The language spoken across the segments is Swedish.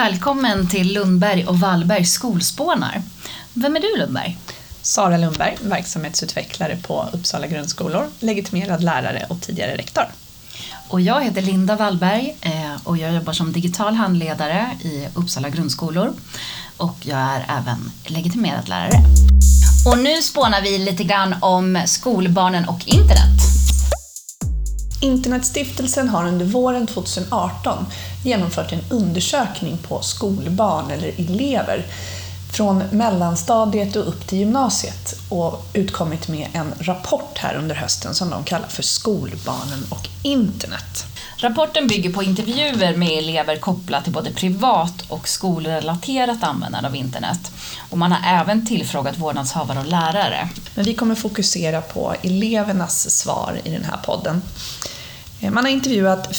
Välkommen till Lundberg och Wallberg skolspånar. Vem är du, Lundberg? Sara Lundberg, verksamhetsutvecklare på Uppsala grundskolor, legitimerad lärare och tidigare rektor. Och jag heter Linda Wallberg och jag jobbar som digital handledare i Uppsala grundskolor. Och jag är även legitimerad lärare. Och nu spånar vi lite grann om skolbarnen och internet. Internetstiftelsen har under våren 2018 genomfört en undersökning på skolbarn eller elever från mellanstadiet och upp till gymnasiet och utkommit med en rapport här under hösten som de kallar för Skolbarnen och internet. Rapporten bygger på intervjuer med elever kopplat till både privat och skolrelaterat användande av internet. Och man har även tillfrågat vårdnadshavare och lärare. Men vi kommer fokusera på elevernas svar i den här podden. Man har intervjuat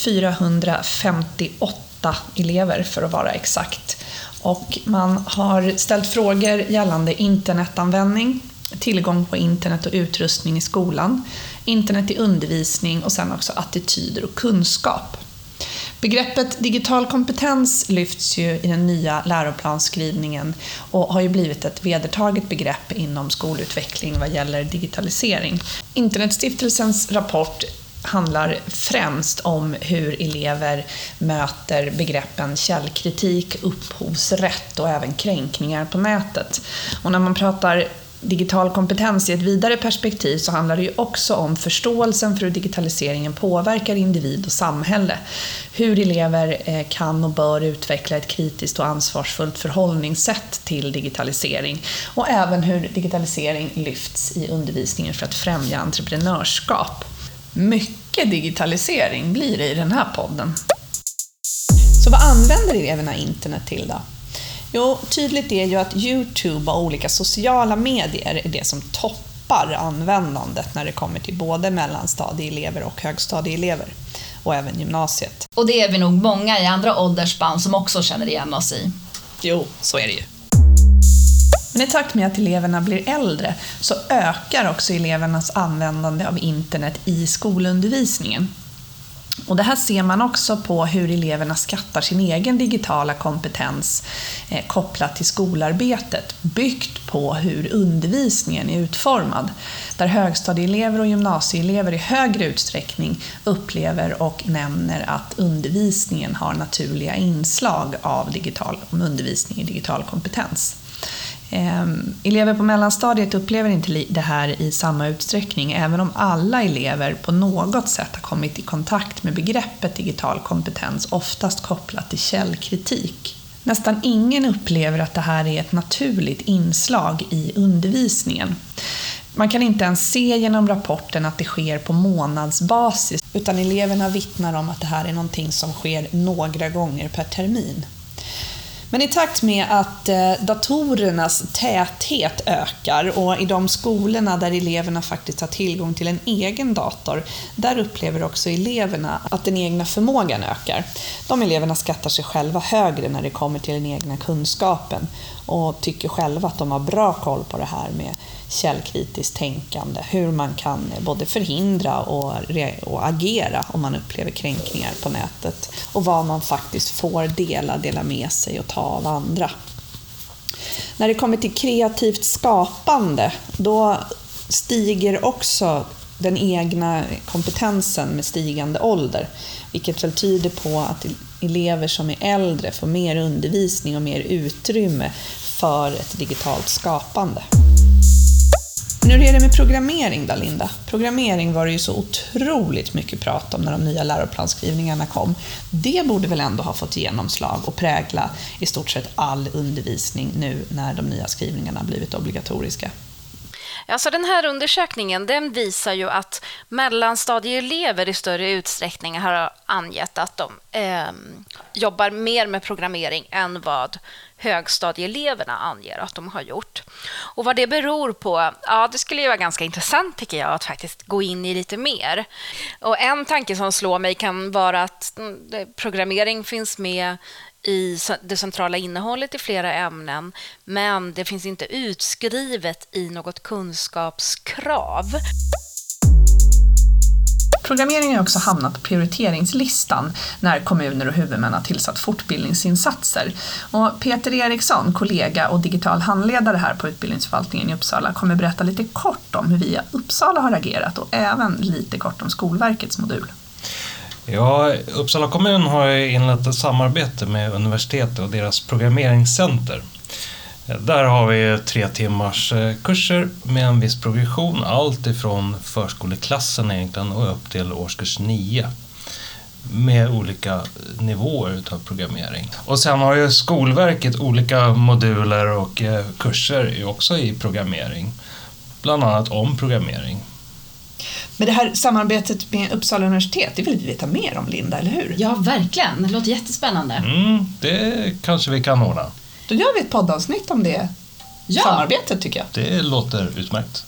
458 elever för att vara exakt. Och man har ställt frågor gällande internetanvändning, tillgång på internet och utrustning i skolan, internet i undervisning och sen också attityder och kunskap. Begreppet digital kompetens lyfts ju i den nya läroplansskrivningen och har ju blivit ett vedertaget begrepp inom skolutveckling vad gäller digitalisering. Internetstiftelsens rapport handlar främst om hur elever möter begreppen källkritik, upphovsrätt och även kränkningar på nätet. Och när man pratar digital kompetens i ett vidare perspektiv så handlar det ju också om förståelsen för hur digitaliseringen påverkar individ och samhälle. Hur elever kan och bör utveckla ett kritiskt och ansvarsfullt förhållningssätt till digitalisering. Och även hur digitalisering lyfts i undervisningen för att främja entreprenörskap. Mycket digitalisering blir det i den här podden. Så vad använder eleverna internet till då? Jo, tydligt är ju att YouTube och olika sociala medier är det som toppar användandet när det kommer till både mellanstadieelever och högstadieelever och även gymnasiet. Och det är vi nog många i andra åldersspann som också känner igen oss i. Jo, så är det ju. Men i takt med att eleverna blir äldre så ökar också elevernas användande av internet i skolundervisningen. Och det här ser man också på hur eleverna skattar sin egen digitala kompetens kopplat till skolarbetet, byggt på hur undervisningen är utformad. Där högstadieelever och gymnasieelever i högre utsträckning upplever och nämner att undervisningen har naturliga inslag av undervisning i digital kompetens. Elever på mellanstadiet upplever inte det här i samma utsträckning, även om alla elever på något sätt har kommit i kontakt med begreppet digital kompetens, oftast kopplat till källkritik. Nästan ingen upplever att det här är ett naturligt inslag i undervisningen. Man kan inte ens se genom rapporten att det sker på månadsbasis, utan eleverna vittnar om att det här är någonting som sker några gånger per termin. Men i takt med att datorernas täthet ökar och i de skolorna där eleverna faktiskt har tillgång till en egen dator, där upplever också eleverna att den egna förmågan ökar. De eleverna skattar sig själva högre när det kommer till den egna kunskapen och tycker själva att de har bra koll på det här med källkritiskt tänkande, hur man kan både förhindra och agera om man upplever kränkningar på nätet och vad man faktiskt får dela med sig och ta av andra. När det kommer till kreativt skapande, då stiger också den egna kompetensen med stigande ålder, vilket väl tyder på att elever som är äldre får mer undervisning och mer utrymme för ett digitalt skapande. Men hur är det med programmering då, Linda? Programmering var det ju så otroligt mycket prat om när de nya läroplansskrivningarna kom. Det borde väl ändå ha fått genomslag och prägla i stort sett all undervisning nu när de nya skrivningarna blivit obligatoriska. Alltså den här undersökningen den visar ju att mellanstadieelever i större utsträckning har angett att de jobbar mer med programmering än vad högstadieeleverna anger att de har gjort. Och vad det beror på, ja det skulle ju vara ganska intressant tycker jag att faktiskt gå in i lite mer. Och en tanke som slår mig kan vara att programmering finns med i det centrala innehållet i flera ämnen, men det finns inte utskrivet i något kunskapskrav. Programmering har också hamnat på prioriteringslistan när kommuner och huvudmän har tillsatt fortbildningsinsatser. Och Peter Eriksson, kollega och digital handledare här på utbildningsförvaltningen i Uppsala, kommer berätta lite kort om hur Via Uppsala har agerat och även lite kort om Skolverkets modul. Ja, Uppsala kommun har inlett ett samarbete med universitetet och deras programmeringscenter. Där har vi 3 timmars kurser med en viss progression, allt ifrån förskoleklassen egentligen och upp till årskurs 9 med olika nivåer utav programmering. Och sen har ju Skolverket olika moduler och kurser också i programmering, bland annat om programmering. Men det här samarbetet med Uppsala universitet, det vill vi veta mer om, Linda, eller hur? Ja, verkligen. Det låter jättespännande. Det kanske vi kan ordna. Då gör vi ett poddavsnitt om det samarbetet, tycker jag. Det låter utmärkt.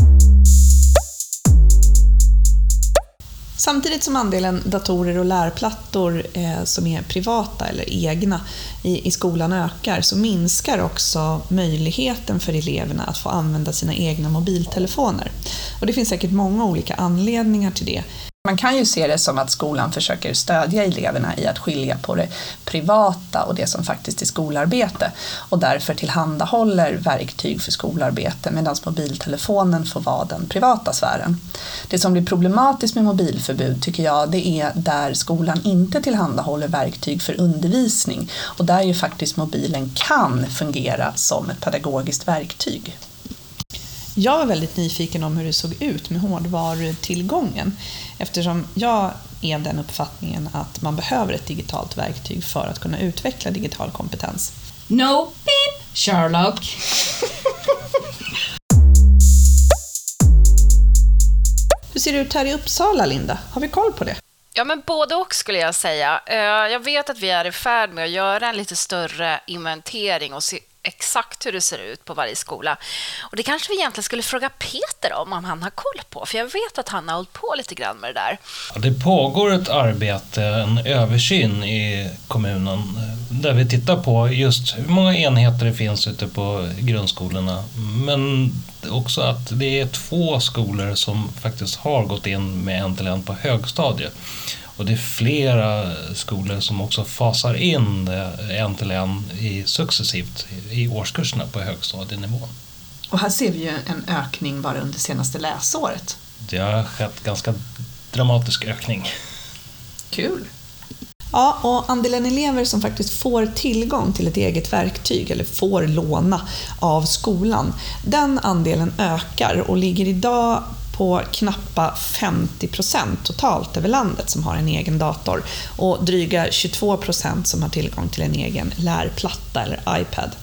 Samtidigt som andelen datorer och lärplattor som är privata eller egna i skolan ökar, så minskar också möjligheten för eleverna att få använda sina egna mobiltelefoner. Och det finns säkert många olika anledningar till det. Man kan ju se det som att skolan försöker stödja eleverna i att skilja på det privata och det som faktiskt är skolarbete, och därför tillhandahåller verktyg för skolarbete medan mobiltelefonen får vara den privata sfären. Det som blir problematiskt med mobilförbud, tycker jag, det är där skolan inte tillhandahåller verktyg för undervisning och där ju faktiskt mobilen kan fungera som ett pedagogiskt verktyg. Jag var väldigt nyfiken om hur det såg ut med hårdvarutillgången, eftersom jag är den uppfattningen att man behöver ett digitalt verktyg för att kunna utveckla digital kompetens. No, beep, Sherlock. Hur ser det ut här i Uppsala, Linda? Har vi koll på det? Ja, men både och skulle jag säga. Jag vet att vi är i färd med att göra en lite större inventering och se exakt hur det ser ut på varje skola. Och det kanske vi egentligen skulle fråga Peter om han har koll på, för jag vet att han har hållit på lite grann med det där. Ja, det pågår ett arbete, en översyn i kommunen där vi tittar på just hur många enheter det finns ute på grundskolorna, men också att det är 2 skolor som faktiskt har gått in med 1-1 på högstadiet. Och det är flera skolor som också fasar in 1-1 successivt i årskurserna på högstadienivån. Och här ser vi ju en ökning bara under senaste läsåret. Det har skett ganska dramatisk ökning. Kul! Ja, och andelen elever som faktiskt får tillgång till ett eget verktyg eller får låna av skolan, den andelen ökar och ligger idag på knappa 50% totalt över landet som har en egen dator och dryga 22% som har tillgång till en egen lärplatta eller iPad.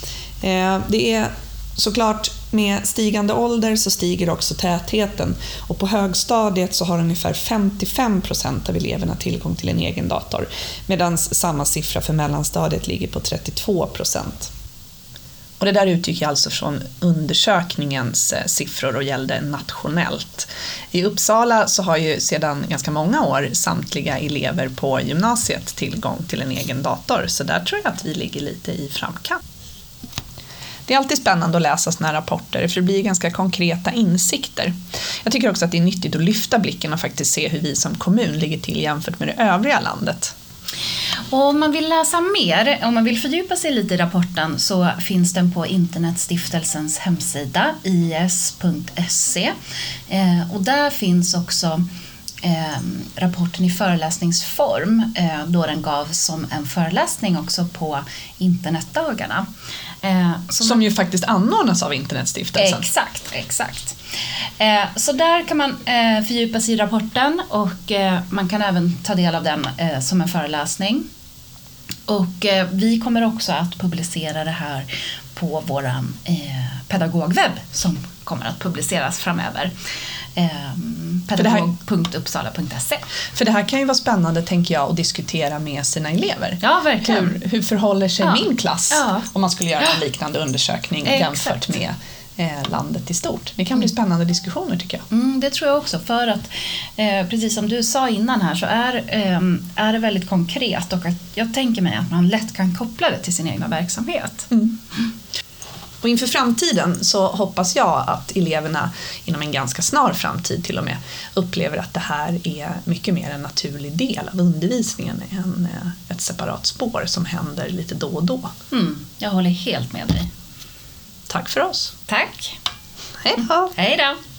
Det är såklart med stigande ålder så stiger också tätheten och på högstadiet så har ungefär 55% av eleverna tillgång till en egen dator medan samma siffra för mellanstadiet ligger på 32%. Och det där utgick alltså från undersökningens siffror och gällde nationellt. I Uppsala så har ju sedan ganska många år samtliga elever på gymnasiet tillgång till en egen dator, så där tror jag att vi ligger lite i framkant. Det är alltid spännande att läsa såna här rapporter för det blir ganska konkreta insikter. Jag tycker också att det är nyttigt att lyfta blicken och faktiskt se hur vi som kommun ligger till jämfört med det övriga landet. Och om man vill läsa mer, om man vill fördjupa sig lite i rapporten, så finns den på Internetstiftelsens hemsida is.se. Och där finns också rapporten i föreläsningsform då den gavs som en föreläsning också på internetdagarna. Som ju faktiskt anordnas av Internetstiftelsen. Exakt. Så där kan man fördjupa sig i rapporten och man kan även ta del av den som en föreläsning. Och vi kommer också att publicera det här på vår pedagogwebb som kommer att publiceras framöver. pedagog.uppsala.se. För det här kan ju vara spännande, tänker jag, att diskutera med sina elever. Ja, verkligen. Hur förhåller sig min klass om man skulle göra en liknande undersökning jämfört med landet i stort. Det kan bli spännande diskussioner, tycker jag. Det tror jag också, för att precis som du sa innan här så är det väldigt konkret och att jag tänker mig att man lätt kan koppla det till sin egna verksamhet. Och inför framtiden så hoppas jag att eleverna inom en ganska snar framtid till och med upplever att det här är mycket mer en naturlig del av undervisningen än ett separat spår som händer lite då och då. Jag håller helt med dig. Tack för oss. Tack. Hej då. Hej då.